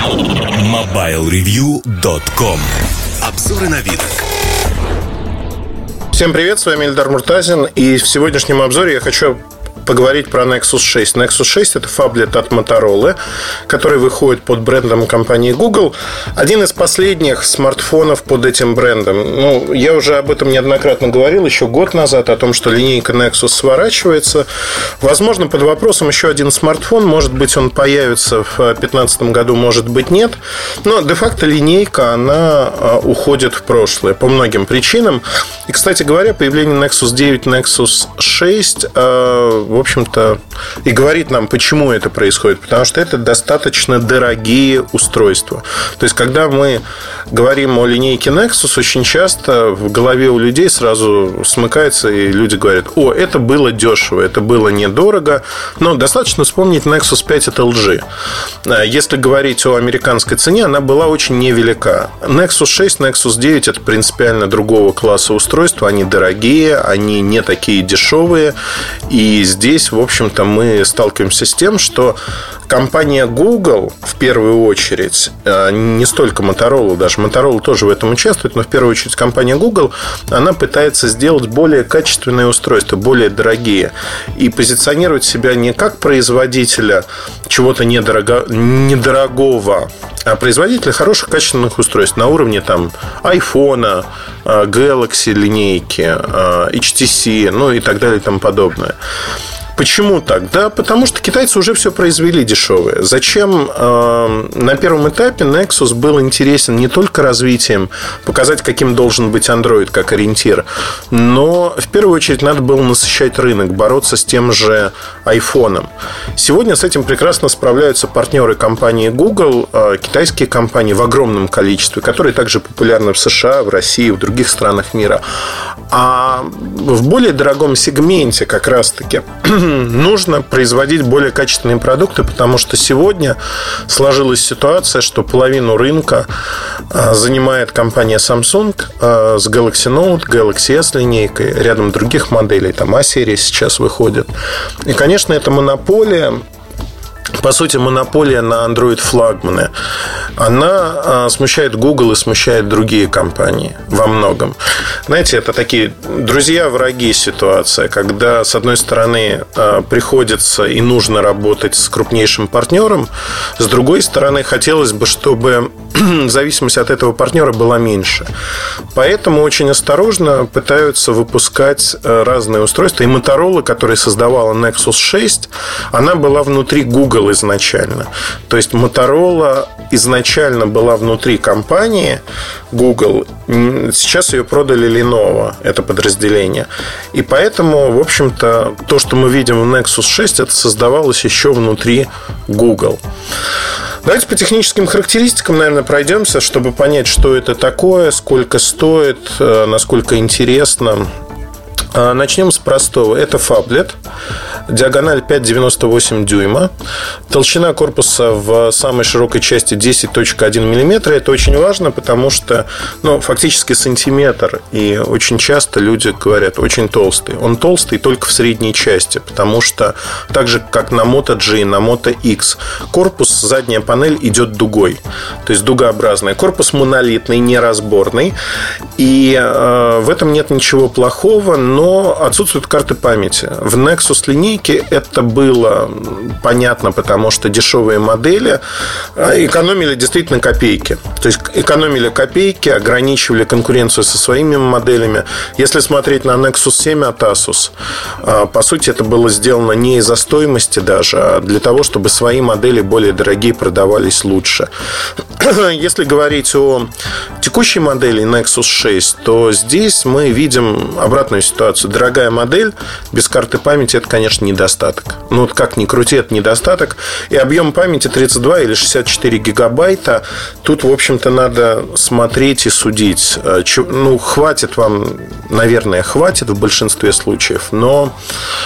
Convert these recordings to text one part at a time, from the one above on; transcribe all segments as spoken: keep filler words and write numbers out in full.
мобайл ревью точка ком. Обзоры новинок. Всем привет, с вами Эльдар Муртазин. И в сегодняшнем обзоре я хочу поговорить про Nexus шесть. Nexus шесть – это фаблет от Motorola, который выходит под брендом компании Google. Один из последних смартфонов под этим брендом. Ну, я уже об этом неоднократно говорил еще год назад, о том, что линейка Nexus сворачивается. Возможно, под вопросом еще один смартфон. Может быть, он появится в две тысячи пятнадцатом году, может быть, нет. Но де-факто линейка, она уходит в прошлое по многим причинам. И, кстати говоря, появление Nexus девять, Nexus шесть в общем-то, и говорит нам, почему это происходит. Потому что это достаточно дорогие устройства. То есть, когда мы говорим о линейке Nexus, очень часто в голове у людей сразу смыкается, и люди говорят: о, это было дешево, это было недорого. Но достаточно вспомнить Nexus пять от эл джи. Если говорить о американской цене, она была очень невелика. Nexus шесть, Nexus девять – это принципиально другого класса устройства. Они дорогие, они не такие дешевые. И здесь Здесь, в общем-то, мы сталкиваемся с тем, что компания Google, в первую очередь, не столько Motorola, даже Motorola тоже в этом участвует, но в первую очередь компания Google, она пытается сделать более качественные устройства, более дорогие, и позиционировать себя не как производителя чего-то недорого, недорогого, а производителя хороших качественных устройств на уровне там iPhone, Galaxy линейки, эйч ти си, ну и так далее и тому подобное. Почему так? Да, потому что китайцы уже все произвели дешевое. Зачем э, на первом этапе Nexus был интересен не только развитием, показать, каким должен быть Android как ориентир, но в первую очередь надо было насыщать рынок, бороться с тем же iPhone. Сегодня с этим прекрасно справляются партнеры компании Google, э, китайские компании в огромном количестве, которые также популярны в США, в России, в других странах мира. А в более дорогом сегменте как раз-таки нужно производить более качественные продукты, потому что сегодня сложилась ситуация, что половину рынка занимает компания Samsung с Galaxy Note, Galaxy S линейкой, рядом других моделей, там А-серия сейчас выходит. И, конечно, это монополия. По сути, монополия на Android-флагманы. Она а, смущает Google и смущает другие компании во многом. Знаете, это такие друзья-враги ситуация, когда, с одной стороны, а, приходится и нужно работать с крупнейшим партнером, с другой стороны, хотелось бы, чтобы зависимость от этого партнера была меньше. Поэтому очень осторожно пытаются выпускать разные устройства. И Motorola, которая создавала Nexus шесть, она была внутри Google изначально. То есть Motorola изначально была внутри компании Google. Сейчас ее продали Lenovo, это подразделение. И поэтому, в общем-то, то, что мы видим в Nexus шесть, это создавалось еще внутри Google. Давайте по техническим характеристикам, наверное, пройдемся, чтобы понять, что это такое, сколько стоит, насколько интересно. Начнем с простого. Это фаблет. Диагональ пять целых девяносто восемь дюйма. Толщина корпуса в самой широкой части десять целых один миллиметр. Это очень важно, потому что, ну, фактически сантиметр. И очень часто люди говорят: очень толстый. Он толстый только в средней части, потому что так же, как на Moto G и на Moto X, корпус, задняя панель идет дугой. То есть дугообразная. Корпус монолитный, неразборный. И э, в этом нет ничего плохого, но Но отсутствуют карты памяти. В Nexus линейке это было понятно, потому что дешевые модели экономили действительно копейки. То есть экономили копейки, ограничивали конкуренцию со своими моделями. Если смотреть на Nexus семь от Asus, по сути, это было сделано не из-за стоимости даже, а для того, чтобы свои модели более дорогие продавались лучше. Если говорить о текущей модели Nexus шесть, то здесь мы видим обратную ситуацию. Дорогая модель без карты памяти — это, конечно, недостаток. Ну, вот как ни крути, это недостаток. И объем памяти тридцать два или шестьдесят четыре гигабайта. Тут, в общем-то, надо смотреть и судить. Ну, хватит вам, наверное, хватит в большинстве случаев. Но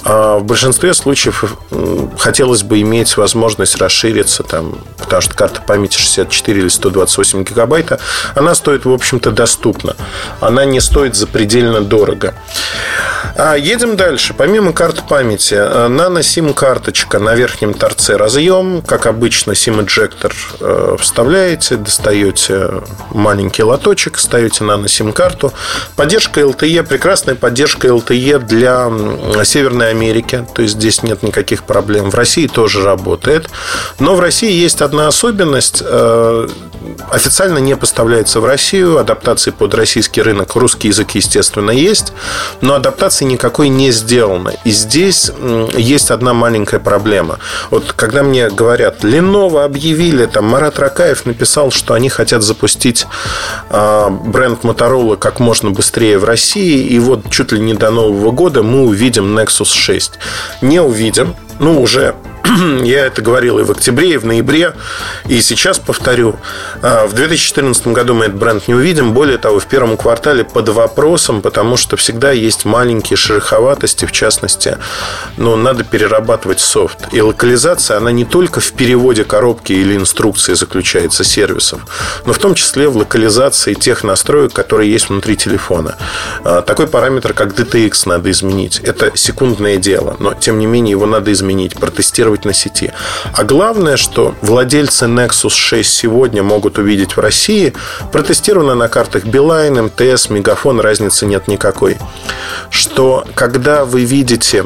А в большинстве случаев хотелось бы иметь возможность расшириться, там, потому что карта памяти шестьдесят четыре или сто двадцать восемь гигабайта, она стоит, в общем-то, доступно. Она не стоит запредельно дорого. А едем дальше. Помимо карты памяти, нано-сим-карточка на верхнем торце разъем. Как обычно, сим-эджектор вставляете, достаете маленький лоточек, ставите нано-сим-карту. Поддержка эл ти и, прекрасная поддержка эл ти и для Северной Америки. То есть здесь нет никаких проблем. В России тоже работает. Но в России есть одна особенность. Официально не поставляется в Россию. Адаптации под российский рынок. Русский язык, естественно, есть. Но адаптации никакой не сделано. И здесь есть одна маленькая проблема. Вот когда мне говорят, Lenovo объявили, там Марат Ракаев написал, что они хотят запустить э, бренд Motorola как можно быстрее в России, и вот чуть ли не до Нового года мы увидим Nexus шесть. Не увидим. Ну, уже я это говорил и в октябре, и в ноябре, и сейчас повторю. В две тысячи четырнадцатом году мы этот бренд не увидим. Более того, в первом квартале под вопросом, потому что всегда есть маленькие шероховатости. В частности, ну, надо перерабатывать софт. И локализация, она не только в переводе коробки или инструкции заключается сервисов, но в том числе в локализации тех настроек, которые есть внутри телефона. Такой параметр, как ди ти экс, надо изменить. Это секундное дело, но тем не менее его надо изменить, протестировать на сети. А главное, что владельцы Nexus шесть сегодня могут увидеть в России, протестировано на картах Билайн, эм тэ эс, Мегафон, разницы нет никакой, что когда вы видите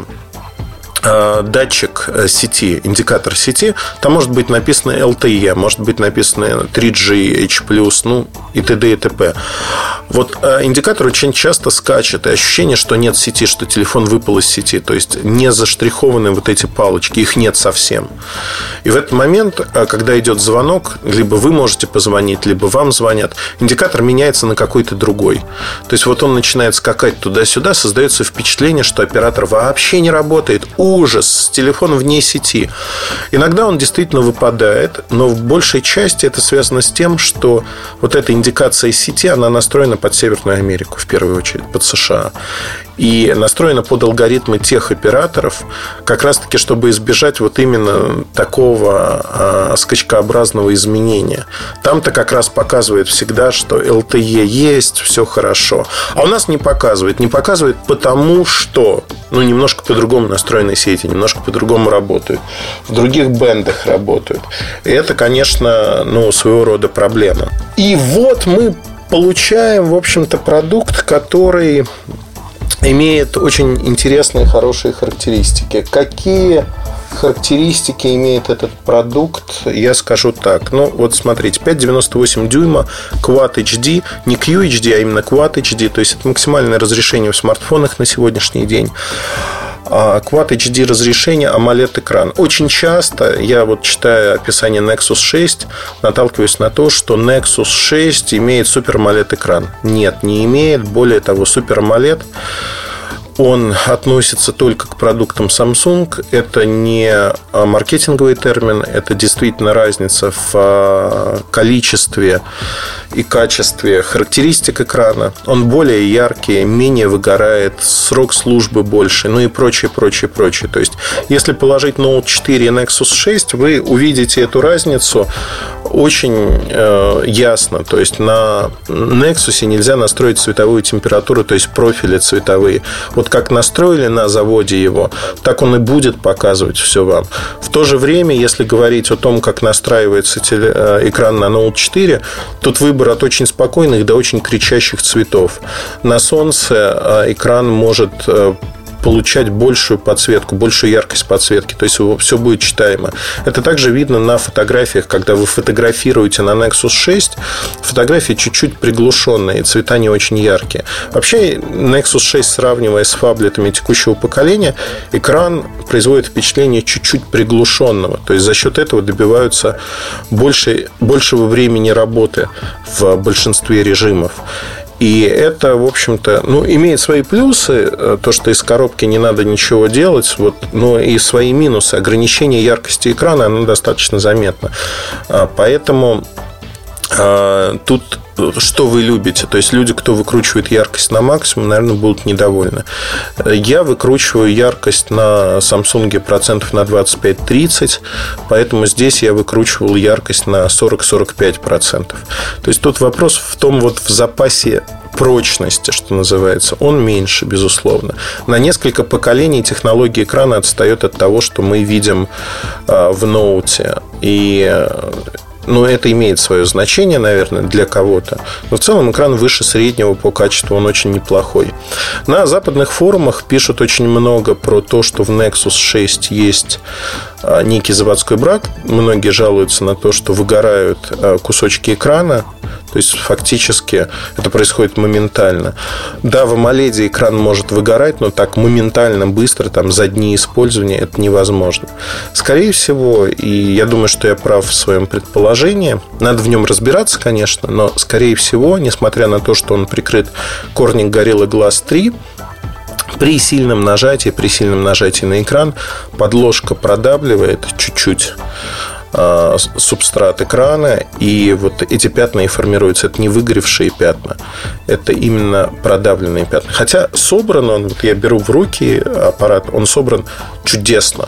датчик сети, индикатор сети, там может быть написано эл ти и, может быть написано три джи, H+, ну и т.д. и т.п. Вот индикатор очень часто скачет, и ощущение, что нет сети, что телефон выпал из сети. То есть не заштрихованы вот эти палочки, их нет совсем. И в этот момент, когда идет звонок, либо вы можете позвонить, либо вам звонят, индикатор меняется на какой-то другой. То есть вот он начинает скакать туда-сюда, создается впечатление, что оператор вообще не работает. Ужас, телефон вне сети. Иногда он действительно выпадает, но в большей части это связано с тем, что вот эта индикация сети, она настроена под Северную Америку, в первую очередь, под США. И настроена под алгоритмы тех операторов, как раз-таки, чтобы избежать вот именно такого а, скачкообразного изменения. Там-то как раз показывает всегда, что эл ти и есть, все хорошо. А у нас не показывает. Не показывает потому, что ну, немножко по-другому настроены сети, немножко по-другому работают. В других бендах работают. И это, конечно, ну, своего рода проблема. И вот мы получаем, в общем-то, продукт, который имеет очень интересные, хорошие характеристики. Какие характеристики имеет этот продукт, я скажу так. Ну, вот смотрите, пять целых девяносто восемь дюйма, Quad эйч ди, не кью эйч ди, а именно Quad эйч ди. То есть это максимальное разрешение в смартфонах на сегодняшний день. Quad эйч ди разрешение, AMOLED-экран. Очень часто я вот читая описание Nexus шесть, наталкиваюсь на то, что Nexus шесть имеет Super AMOLED-экран. Нет, не имеет. Более того, Super AMOLED, он относится только к продуктам Samsung. Это не маркетинговый термин, это действительно разница в количестве и качестве характеристик экрана. Он более яркий, менее выгорает, срок службы больше, ну и прочее, прочее, прочее. То есть, если положить Note четыре и Nexus шесть, вы увидите эту разницу очень э, ясно. То есть, на Nexus нельзя настроить цветовую температуру, то есть профили цветовые. Вот как настроили на заводе его, так он и будет показывать все вам. В то же время, если говорить о том, как настраивается теле, э, экран на Note четыре, тут выбор от очень спокойных до очень кричащих цветов. На солнце э, экран может э, получать большую подсветку, большую яркость подсветки. То есть все будет читаемо. Это также видно на фотографиях. Когда вы фотографируете на Nexus шесть, фотографии чуть-чуть приглушенные, цвета не очень яркие. Вообще Nexus шесть, сравнивая с фаблетами текущего поколения, экран производит впечатление чуть-чуть приглушенного. То есть за счет этого добиваются больше, большего времени работы в большинстве режимов. И это, в общем-то, ну, имеет свои плюсы, то, что из коробки не надо ничего делать, вот, но и свои минусы. Ограничение яркости экрана, оно достаточно заметно. Поэтому тут что вы любите. То есть люди, кто выкручивает яркость на максимум, наверное, будут недовольны. Я выкручиваю яркость на Samsung процентов на двадцать пять тридцать, поэтому здесь я выкручивал яркость на сорок сорок пять процентов. То есть тут вопрос в том, вот в запасе прочности, что называется, он меньше, безусловно. На несколько поколений технология экрана отстает от того, что мы видим в ноуте. И ну, это имеет свое значение, наверное, для кого-то. Но в целом экран выше среднего по качеству, он очень неплохой. На западных форумах пишут очень много про то, что в Nexus шесть есть некий заводской брак. Многие жалуются на то, что выгорают кусочки экрана. То есть фактически это происходит моментально. Да, в AMOLED экран может выгорать, но так моментально, быстро, там, за дни использования это невозможно. Скорее всего, и я думаю, что я прав в своем предположении, надо в нем разбираться, конечно, но скорее всего, несмотря на то, что он прикрыт Corning Gorilla Glass три, при сильном нажатии, при сильном нажатии на экран подложка продавливает чуть-чуть субстрат экрана, и вот эти пятна и формируются. Это не выгоревшие пятна, это именно продавленные пятна. Хотя собран он, вот я беру в руки аппарат, он собран чудесно.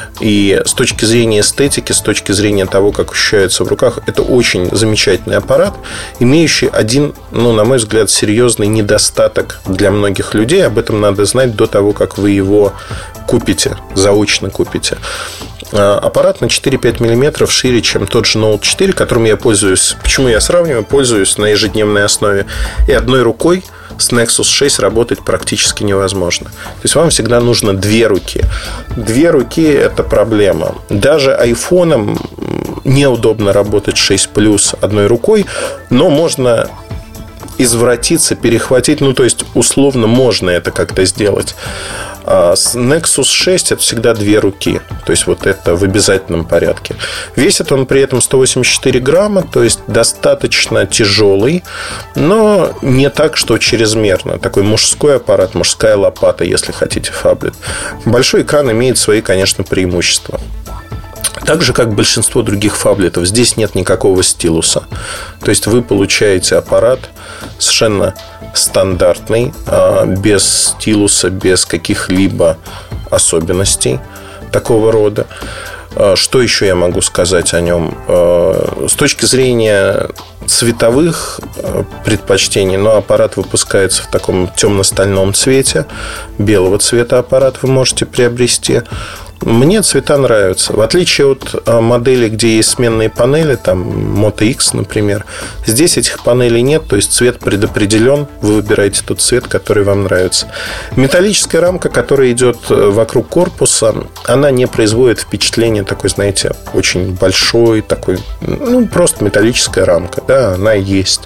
И с точки зрения эстетики, с точки зрения того, как ощущается в руках, это очень замечательный аппарат, имеющий один, ну, на мой взгляд, серьезный недостаток для многих людей. Об этом надо знать до того, как вы его купите, заочно купите. Аппарат на четыре-пять миллиметров шире, чем тот же ноут четыре, которым я пользуюсь. Почему я сравниваю? Пользуюсь на ежедневной основе. И одной рукой с Nexus шесть работать практически невозможно. То есть вам всегда нужно две руки. Две руки – это проблема. Даже айфоном неудобно работать шесть плюс одной рукой, но можно извратиться, перехватить. Ну, то есть, условно, можно это как-то сделать. А с Nexus шесть это всегда две руки. То есть, вот это в обязательном порядке. Весит он при этом сто восемьдесят четыре грамма, то есть, достаточно тяжелый, но не так, что чрезмерно. Такой мужской аппарат, мужская лопата, если хотите, фаблет. Большой экран имеет свои, конечно, преимущества. Так же, как большинство других фаблетов, здесь нет никакого стилуса. То есть вы получаете аппарат совершенно стандартный, без стилуса, без каких-либо особенностей такого рода. Что еще я могу сказать о нем? С точки зрения цветовых предпочтений, но аппарат выпускается в таком темно-стальном цвете. Белого цвета аппарат вы можете приобрести. Мне цвета нравятся. В отличие от моделей, где есть сменные панели, там Moto X, например, здесь этих панелей нет, то есть цвет предопределен. Вы выбираете тот цвет, который вам нравится. Металлическая рамка, которая идет вокруг корпуса, она не производит впечатление такой, знаете, очень большой, такой, ну, просто металлическая рамка. Да, она есть.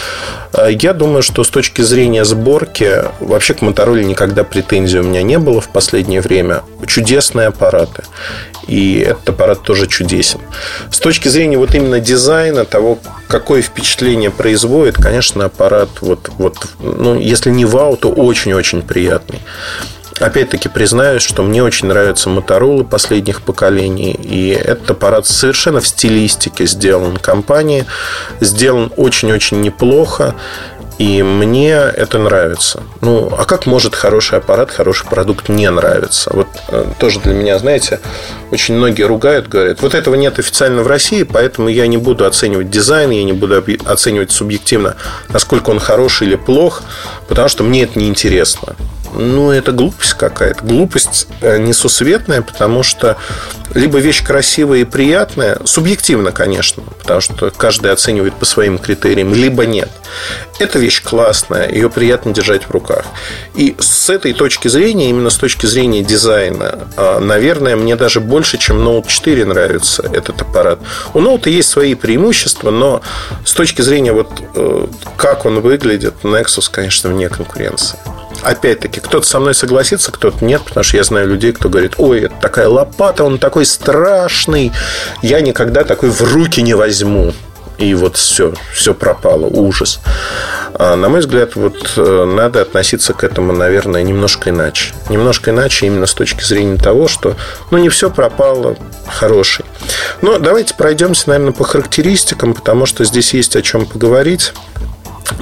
Я думаю, что с точки зрения сборки, вообще к Motorola никогда претензий у меня не было в последнее время. Чудесные аппараты. И этот аппарат тоже чудесен. С точки зрения вот именно дизайна, того, какое впечатление производит, конечно, аппарат, вот, вот, ну, если не вау, то очень-очень приятный. Опять-таки признаюсь, что мне очень нравятся Motorola последних поколений. И этот аппарат совершенно в стилистике сделан компанией. Сделан очень-очень неплохо. И мне это нравится. Ну, а как может хороший аппарат, хороший продукт не нравиться? Вот э, тоже для меня, знаете, очень многие ругают, говорят, вот этого нет официально в России, поэтому я не буду оценивать дизайн, я не буду оценивать субъективно, насколько он хороший или плох, потому что мне это неинтересно. Ну, это глупость какая-то. Глупость несусветная, потому что либо вещь красивая и приятная, субъективно, конечно, потому что каждый оценивает по своим критериям, либо нет. Эта вещь классная, ее приятно держать в руках. И с этой точки зрения, именно с точки зрения дизайна, наверное, мне даже больше, чем ноут четыре нравится этот аппарат. У ноута есть свои преимущества, но с точки зрения вот как он выглядит, Nexus, конечно, вне конкуренции. Опять-таки, кто-то со мной согласится, кто-то нет, потому что я знаю людей, кто говорит: ой, это такая лопата, он такой страшный, я никогда такой в руки не возьму. И вот все, все пропало, ужас. А, на мой взгляд, вот надо относиться к этому, наверное, немножко иначе. Немножко иначе именно с точки зрения того, что, ну, не все пропало, хороший. Но давайте пройдемся, наверное, по характеристикам, потому что здесь есть о чем поговорить.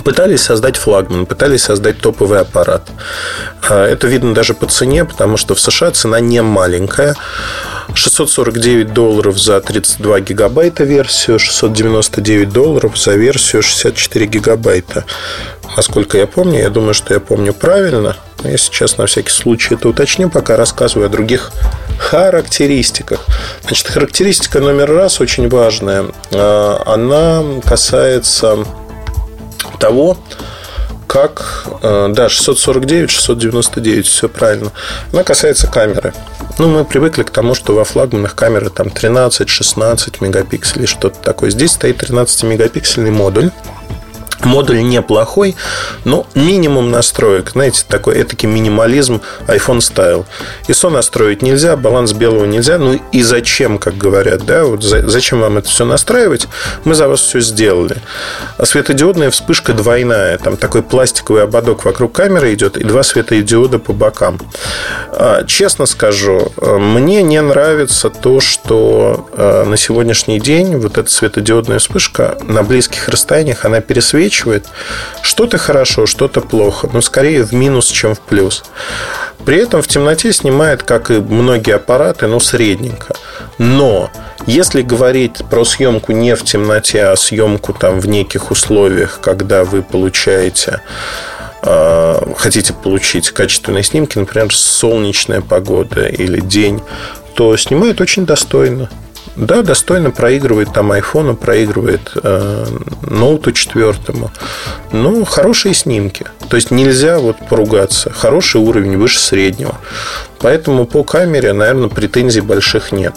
Пытались создать флагман, пытались создать топовый аппарат. Это видно даже по цене, потому что в США цена не маленькая. шестьсот сорок девять долларов за тридцать два гигабайта версию, шестьсот девяносто девять долларов за версию шестьдесят четыре гигабайта. Насколько я помню, я думаю, что я помню правильно. Но я сейчас на всякий случай это уточню, пока рассказываю о других характеристиках. Значит, характеристика номер раз очень важная. Она касается того, как... Да, шестьсот сорок девять, шестьсот девяносто девять, все правильно. Она касается камеры. Ну, мы привыкли к тому, что во флагманах камеры там тринадцать-шестнадцать мегапикселей, что-то такое. Здесь стоит тринадцатимегапиксельный модуль. Модуль неплохой, но минимум настроек. Знаете, такой этакий минимализм iPhone стайл. ай эс о настроить нельзя, баланс белого нельзя. Ну и зачем, как говорят, да? Вот за, зачем вам это все настраивать? Мы за вас все сделали. А светодиодная вспышка двойная. Там такой пластиковый ободок вокруг камеры идет и два светодиода по бокам. Честно скажу, мне не нравится то, что на сегодняшний день вот эта светодиодная вспышка на близких расстояниях, она пересвечивает. Что-то хорошо, что-то плохо, но скорее в минус, чем в плюс. При этом в темноте снимает, как и многие аппараты, ну, средненько. Но если говорить про съемку не в темноте, а съемку там в неких условиях, когда вы получаете... хотите получить качественные снимки, например, солнечная погода или день, то снимает очень достойно. Да, достойно проигрывает там айфону, проигрывает э, ноуту четвертому. Но хорошие снимки. То есть нельзя вот поругаться. Хороший уровень, выше среднего. Поэтому по камере, наверное, претензий больших нет.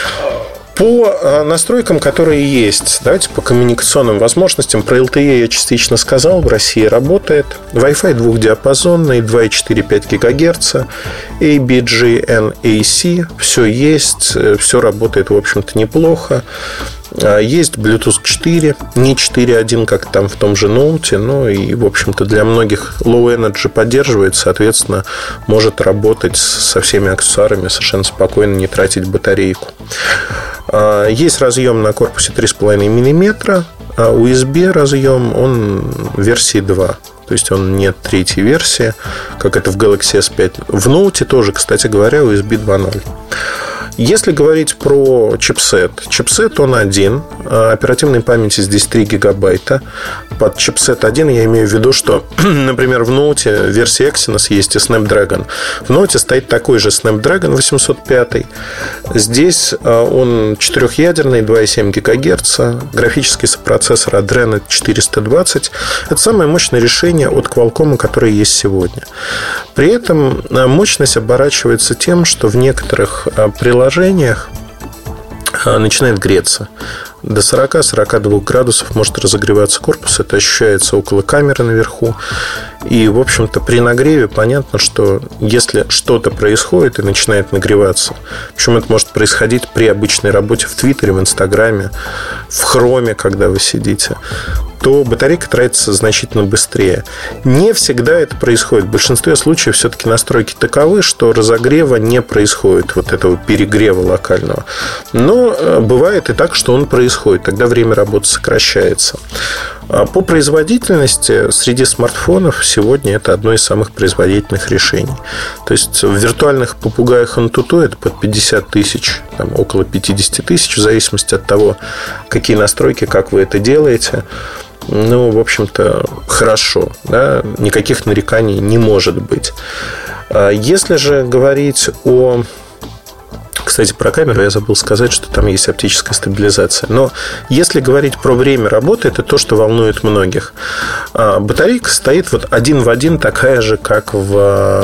По настройкам, которые есть, давайте по коммуникационным возможностям. Про эл ти и я частично сказал. В России работает. Wi-Fi двухдиапазонный, два и четыре десятых пять гигагерца, эй би джи, эн эй си. Все есть, все работает, в общем-то, неплохо. Есть Bluetooth четыре, не четыре точка один, как там в том же ноуте. Ну и, в общем-то, для многих Low Energy поддерживает. Соответственно, может работать со всеми аксессуарами совершенно спокойно, не тратить батарейку. Есть разъем на корпусе три с половиной миллиметра, а ю эс би разъем, он версии два. То есть он не третьей версии, как это в Galaxy эс пять. В ноуте тоже, кстати говоря, ю эс би два ноль. Если говорить про чипсет, чипсет он один, оперативной памяти здесь три гигабайта. Под чипсет один я имею в виду, что, например, в ноуте в версии Exynos есть и Snapdragon. В ноуте стоит такой же Snapdragon восемьсот пять. Здесь он четырехъядерный, два и семь гигагерца, графический сопроцессор Adreno четыреста двадцать. Это самое мощное решение от Qualcomm, которое есть сегодня. При этом мощность оборачивается тем, что в некоторых приложениях начинает греться. До сорок-сорок два градусов может разогреваться корпус. Это ощущается около камеры наверху. И, в общем-то, при нагреве понятно, что если что-то происходит и начинает нагреваться, причем это может происходить при обычной работе в Твиттере, в Инстаграме, в Хроме, когда вы сидите, то батарейка тратится значительно быстрее. Не всегда это происходит. В большинстве случаев все-таки настройки таковы, что разогрева не происходит, вот этого перегрева локального. Но бывает и так, что он происходит. Тогда время работы сокращается. По производительности среди смартфонов сегодня это одно из самых производительных решений. То есть в виртуальных попугаях Antutu это под пятьдесят тысяч, там, около пятьдесят тысяч, в зависимости от того, какие настройки, как вы это делаете. Ну, в общем-то, хорошо, да? Никаких нареканий не может быть. Если же говорить о... Кстати, про камеру я забыл сказать, что там есть оптическая стабилизация. Но если говорить про время работы, это то, что волнует многих. Батарейка стоит вот один в один такая же, как в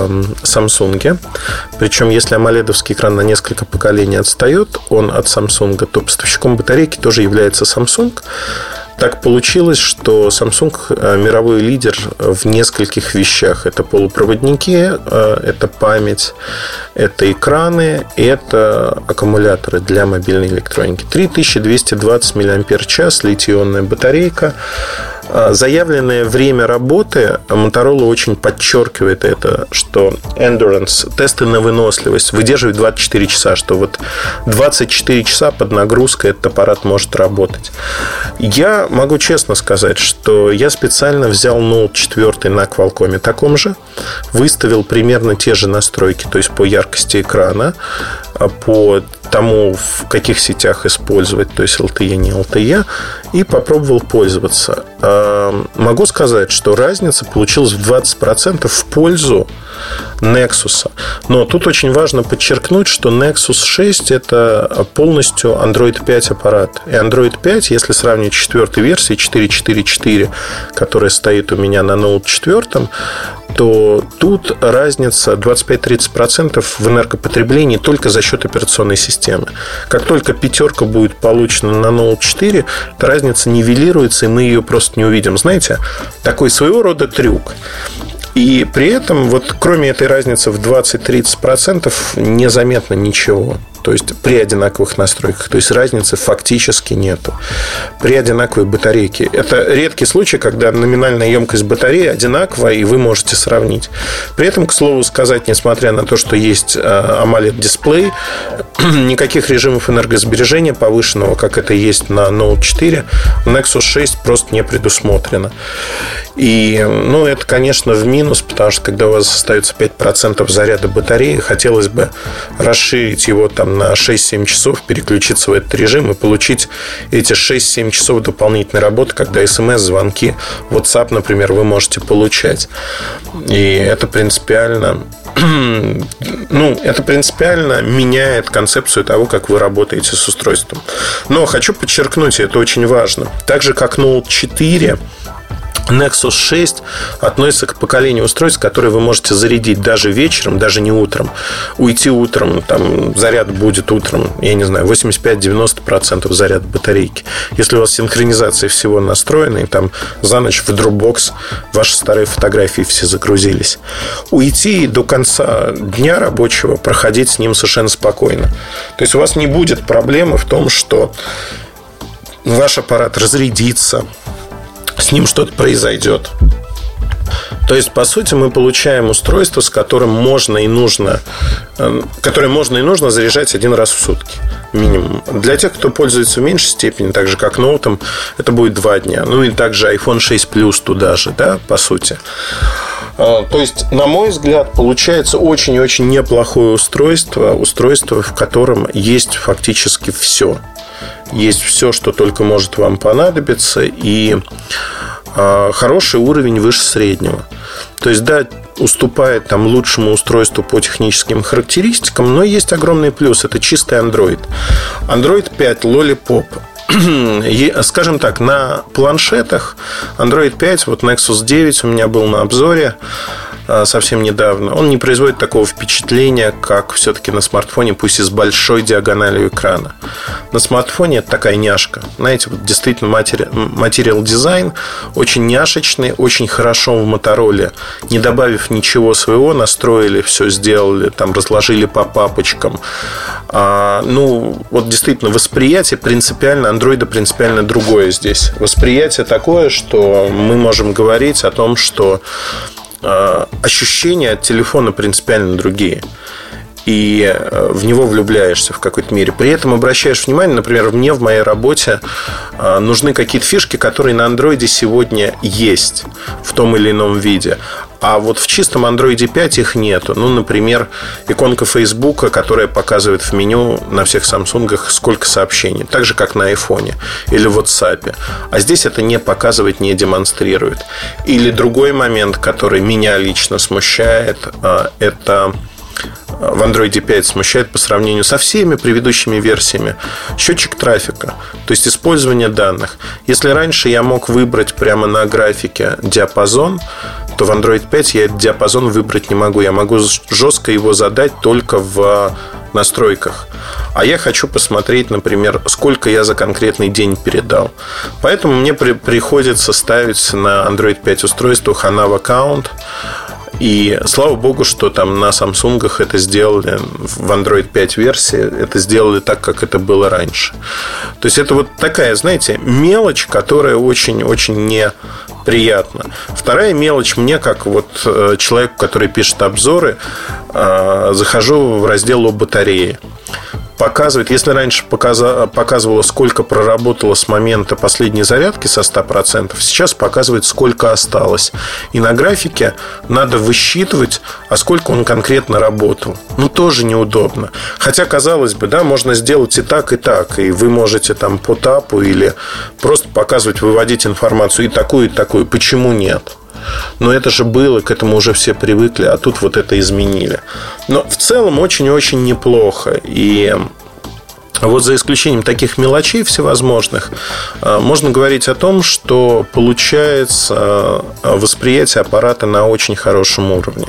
Samsung. Причем, если AMOLED-овский экран на несколько поколений отстает, он от Samsung, то поставщиком батарейки тоже является Samsung. Так получилось, что Samsung мировой лидер в нескольких вещах. Это полупроводники, это память, это экраны, это аккумуляторы для мобильной электроники. три тысячи двести двадцать миллиампер-час, литий-ионная батарейка. Заявленное время работы Motorola очень подчеркивает это, что endurance, тесты на выносливость выдерживает двадцать четыре часа, что вот двадцать четыре часа под нагрузкой этот аппарат может работать. Я могу честно сказать, что я специально взял ноут четыре на Qualcomm таком же, выставил примерно те же настройки, то есть по яркости экрана, по тому, в каких сетях использовать, то есть эл ти и, не эл ти и, и попробовал пользоваться. Могу сказать, что разница получилась в двадцать процентов в пользу Nexus. Но тут очень важно подчеркнуть, что Nexus шесть – это полностью Android пять аппарат. И Android пять, если сравнить с четвертой версией четыре точка четыре точка четыре, которая стоит у меня на ноут четыре, то тут разница двадцать пять - тридцать процентов в энергопотреблении только за счет операционной системы. Как только пятерка будет получена на ноут четыре, эта разница нивелируется, и мы ее просто не увидим. Знаете, такой своего рода трюк. И при этом, вот кроме этой разницы в двадцать - тридцать процентов, незаметно ничего. То есть при одинаковых настройках. То есть разницы фактически нету. При одинаковой батарейке. Это редкий случай, когда номинальная емкость батареи одинаковая, и вы можете сравнить. При этом, к слову сказать, несмотря на то, что есть AMOLED-дисплей, никаких режимов энергосбережения повышенного, как это есть на ноут четыре, в Nexus шесть просто не предусмотрено. И, ну, это, конечно, в минус, потому что когда у вас остается пять процентов заряда батареи, хотелось бы расширить его там на шесть-семь часов, переключиться в этот режим и получить эти шесть-семь часов дополнительной работы, когда смс, звонки, WhatsApp, например, вы можете получать. И это принципиально, ну, это принципиально меняет концепцию того, как вы работаете с устройством. Но хочу подчеркнуть, и это очень важно. Так же, как ноут четыре, Nexus шесть относится к поколению устройств, которые вы можете зарядить даже вечером, даже не утром. Уйти утром, там заряд будет утром, я не знаю, восемьдесят пять - девяносто процентов заряда батарейки. Если у вас синхронизация всего настроена, и там за ночь в Dropbox ваши старые фотографии все загрузились. Уйти до конца дня рабочего, проходить с ним совершенно спокойно. То есть у вас не будет проблемы в том, что ваш аппарат разрядится, с ним что-то произойдет. То есть, по сути, мы получаем устройство, с которым можно и нужно, которое можно и нужно заряжать один раз в сутки минимум. Для тех, кто пользуется в меньшей степени, так же как ноутом, это будет два дня. Ну и также айфон шесть плюс туда же, да, по сути. То есть, на мой взгляд, получается очень и очень неплохое устройство, устройство, в котором есть фактически все. Есть все, что только может вам понадобиться, и э, хороший уровень выше среднего. То есть, да, уступает там лучшему устройству по техническим характеристикам, но есть огромный плюс. Это чистый Android. Android пять Lollipop. Скажем так, на планшетах Android пять, вот Nexus девять у меня был на обзоре совсем недавно. Он не производит такого впечатления, как все-таки на смартфоне, пусть и с большой диагональю экрана. На смартфоне это такая няшка. Знаете, вот действительно материал дизайн очень няшечный, очень хорошо в Motorola, не добавив ничего своего, настроили, все сделали, там разложили по папочкам. А, ну, вот действительно восприятие принципиально, андроида принципиально другое здесь. Восприятие такое, что мы можем говорить о том, что ощущения от телефона принципиально другие. И в него влюбляешься в какой-то мере. При этом обращаешь внимание, например, мне в моей работе нужны какие-то фишки, которые на андроиде сегодня есть в том или ином виде. А вот в чистом Android пять их нету. Ну, например, иконка Фейсбука, которая показывает в меню на всех Самсунгах, сколько сообщений. Так же, как на айфоне или в WhatsApp. А здесь это не показывает, не демонстрирует. Или другой момент, который меня лично смущает, это... в Android пять смущает по сравнению со всеми предыдущими версиями счетчик трафика, то есть использование данных. Если раньше я мог выбрать прямо на графике диапазон, то в Android пять я этот диапазон выбрать не могу. Я могу жестко его задать только в настройках. А я хочу посмотреть, например, сколько я за конкретный день передал. Поэтому мне при- приходится ставить на Android пять устройство Hanav аккаунт. И слава богу, что там на Samsung это сделали в Android пять версии, это сделали так, как это было раньше. То есть это вот такая, знаете, мелочь, которая очень-очень неприятна. Вторая мелочь мне, как вот человеку, который пишет обзоры, захожу в раздел о батарее. Показывает, если раньше показывало, сколько проработало с момента последней зарядки со ста процентов, сейчас показывает, сколько осталось. И на графике надо высчитывать, а сколько он конкретно работал. Ну, тоже неудобно. Хотя, казалось бы, да, можно сделать и так, и так. И вы можете там по тапу или просто показывать, выводить информацию и такую, и такую. Почему нет? Но это же было, к этому уже все привыкли, а тут вот это изменили. Но в целом очень-очень неплохо. И вот за исключением таких мелочей всевозможных, можно говорить о том, что получается восприятие аппарата на очень хорошем уровне.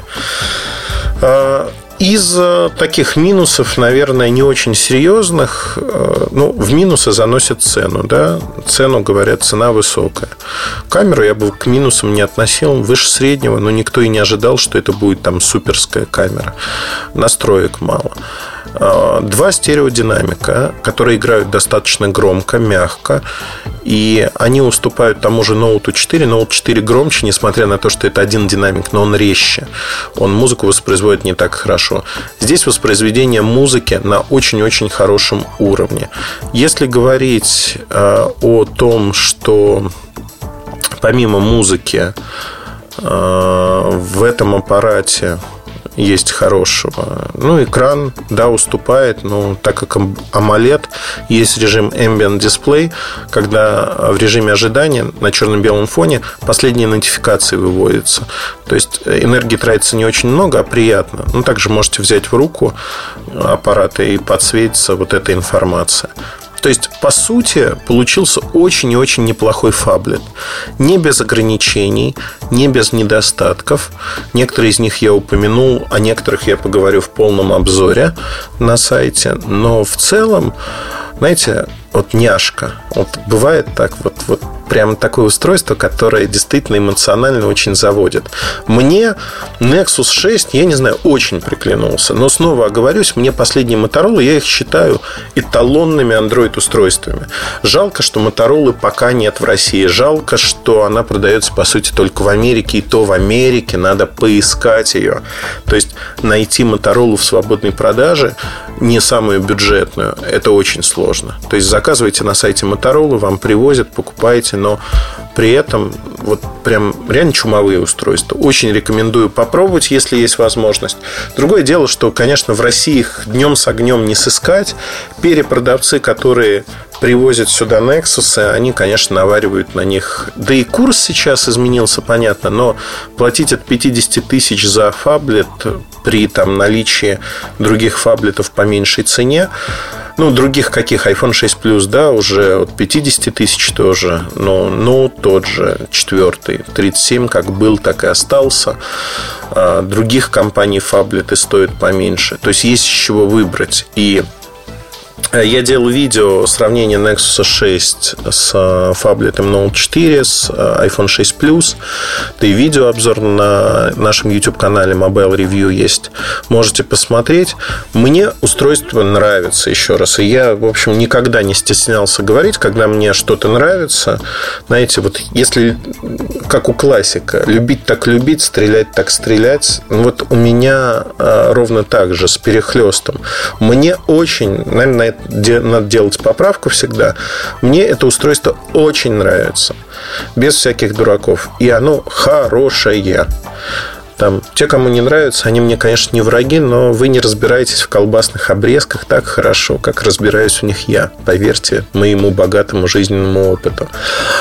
Из таких минусов, наверное, не очень серьезных, ну, в минусы заносят цену, да, цену, говорят, цена высокая. Камеру я бы к минусам не относил, выше среднего, но никто и не ожидал, что это будет там суперская камера. Настроек мало. Два стереодинамика, которые играют достаточно громко, мягко. И они уступают тому же Note четыре. Note четыре громче, несмотря на то, что это один динамик, но он резче. Он музыку воспроизводит не так хорошо. Здесь воспроизведение музыки на очень-очень хорошем уровне. Если говорить о том, что помимо музыки в этом аппарате есть хорошего. Ну, экран, да, уступает, но так как AMOLED, есть режим Ambient Display, когда в режиме ожидания на черно-белом фоне последние нотификации выводятся. То есть энергии тратится не очень много, а приятно. Ну, также можете взять в руку аппарат и подсветится вот эта информация. То есть, по сути, получился очень и очень неплохой фаблет. Не без ограничений, не без недостатков. Некоторые из них я упомянул, о некоторых я поговорю в полном обзоре на сайте. Но в целом, знаете, вот няшка. Вот бывает так, вот, вот прям такое устройство, которое действительно эмоционально очень заводит. Мне Nexus шесть, я не знаю, очень приглянулся. Но снова оговорюсь, мне последние Motorola, я их считаю эталонными Android-устройствами. Жалко, что Motorola пока нет в России. Жалко, что она продается, по сути, только в Америке. И то в Америке надо поискать ее. То есть найти Motorola в свободной продаже, не самую бюджетную, это очень сложно. То есть заказывайте на сайте Motorola, вам привозят, покупаете. Но при этом вот прям реально чумовые устройства. Очень рекомендую попробовать, если есть возможность. Другое дело, что, конечно, в России их днем с огнем не сыскать. Перепродавцы, которые привозят сюда Nexus, они, конечно, наваривают на них. Да и курс сейчас изменился, понятно. Но платить от пятьдесят тысяч за фаблет при там наличии других фаблетов по меньшей цене, ну, других каких, iPhone шесть плюс, да, уже от пятьдесят тысяч тоже. Но, но тот же, четвертый, тридцать семь, как был, так и остался. А других компаний фаблеты стоят поменьше. То есть есть из чего выбрать. И я делал видео сравнение Nexus шесть с фаблетом Note четыре, с iPhone шесть плюс. Да и видеообзор на нашем YouTube-канале Mobile Review есть. Можете посмотреть. Мне устройство нравится, еще раз. И я, в общем, никогда не стеснялся говорить, когда мне что-то нравится. Знаете, вот если, как у классика, любить так любить, стрелять так стрелять. Вот у меня ровно так же, с перехлестом. Мне очень, наверное, надо делать поправку всегда. Мне это устройство очень нравится. Без всяких дураков. И оно хорошее. Там, те, кому не нравится, они мне, конечно, не враги, но вы не разбираетесь в колбасных обрезках так хорошо, как разбираюсь в них я. Поверьте моему богатому жизненному опыту.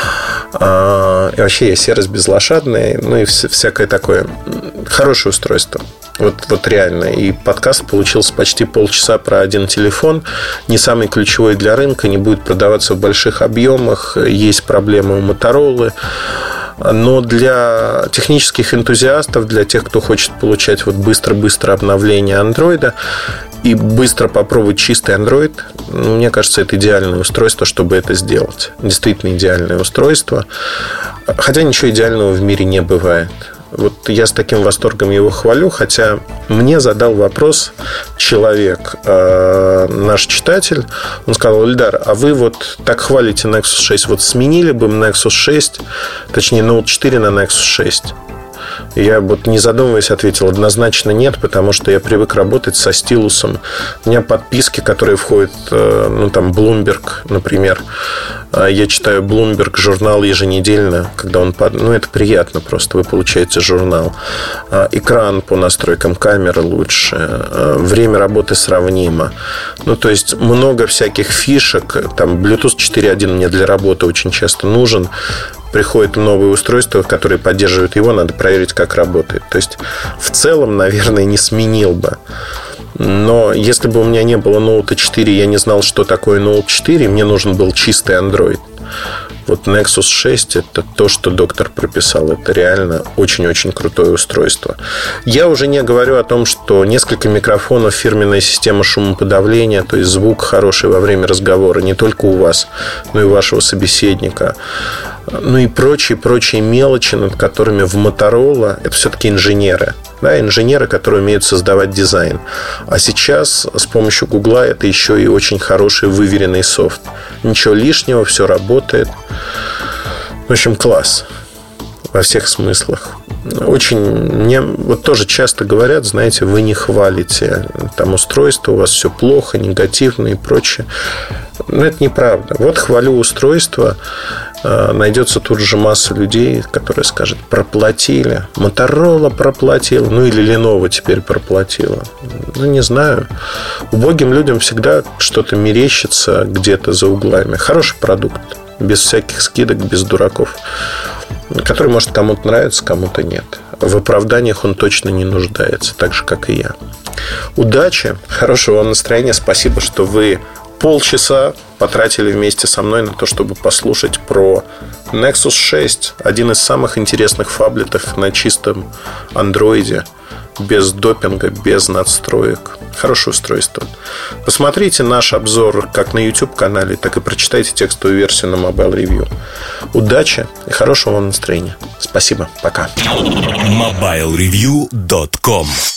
А, и вообще я сервис безлошадный. Ну и всякое такое. Хорошее устройство. Вот, вот реально. И подкаст получился почти полчаса про один телефон. Не самый ключевой для рынка. Не будет продаваться в больших объемах. Есть проблемы у Motorola. Но для технических энтузиастов, для тех, кто хочет получать вот быстро-быстро обновление Android и быстро попробовать чистый Android, мне кажется, это идеальное устройство, чтобы это сделать. Действительно идеальное устройство. Хотя ничего идеального в мире не бывает. Вот я с таким восторгом его хвалю, хотя мне задал вопрос человек, э, наш читатель. Он сказал: Ильдар, а вы вот так хвалите Nexus шесть, вот сменили бы Nexus шесть, точнее Note четыре на Nexus шесть? Я вот, не задумываясь, ответил: однозначно нет, потому что я привык работать со стилусом. У меня подписки, которые входят, ну, там, Bloomberg, например. Я читаю Bloomberg журнал еженедельно, когда он под... Ну, это приятно просто, вы получаете журнал. Экран по настройкам камеры лучше. Время работы сравнимо. Ну, то есть, много всяких фишек. Там, Bluetooth четыре точка один мне для работы очень часто нужен. Приходит новое устройство, которое поддерживает его, надо проверить, как работает. То есть, в целом, наверное, не сменил бы. Но если бы у меня не было Note четыре, я не знал, что такое Note четыре, мне нужен был чистый Android. Вот Nexus шесть – это то, что доктор прописал. Это реально очень-очень крутое устройство. Я уже не говорю о том, что несколько микрофонов, фирменная система шумоподавления, то есть звук хороший во время разговора не только у вас, но и у вашего собеседника. Ну и прочие-прочие мелочи, над которыми в Motorola, это все-таки инженеры. Да, инженеры, которые умеют создавать дизайн. А сейчас с помощью Гугла это еще и очень хороший выверенный софт. Ничего лишнего, все работает. В общем, класс. Во всех смыслах. Очень, мне вот тоже часто говорят, знаете, вы не хвалите там устройство, у вас все плохо, негативно и прочее. Но это неправда. Вот хвалю устройство, найдется тут же масса людей, которые скажут: проплатили, Motorola проплатила, ну или Lenovo теперь проплатила. Ну, не знаю. Убогим людям всегда что-то мерещится где-то за углами. Хороший продукт, без всяких скидок, без дураков, который, может, кому-то нравится, кому-то нет. В оправданиях он точно не нуждается, так же, как и я. Удачи, хорошего вам настроения. Спасибо, что вы полчаса потратили вместе со мной на то, чтобы послушать про Nexus шесть. Один из самых интересных фаблетов на чистом андроиде. Без допинга, без надстроек. Хорошее устройство. Посмотрите наш обзор как на YouTube-канале, так и прочитайте текстовую версию на Mobile Review. Удачи и хорошего вам настроения. Спасибо. Пока. мобайл ревью точка ком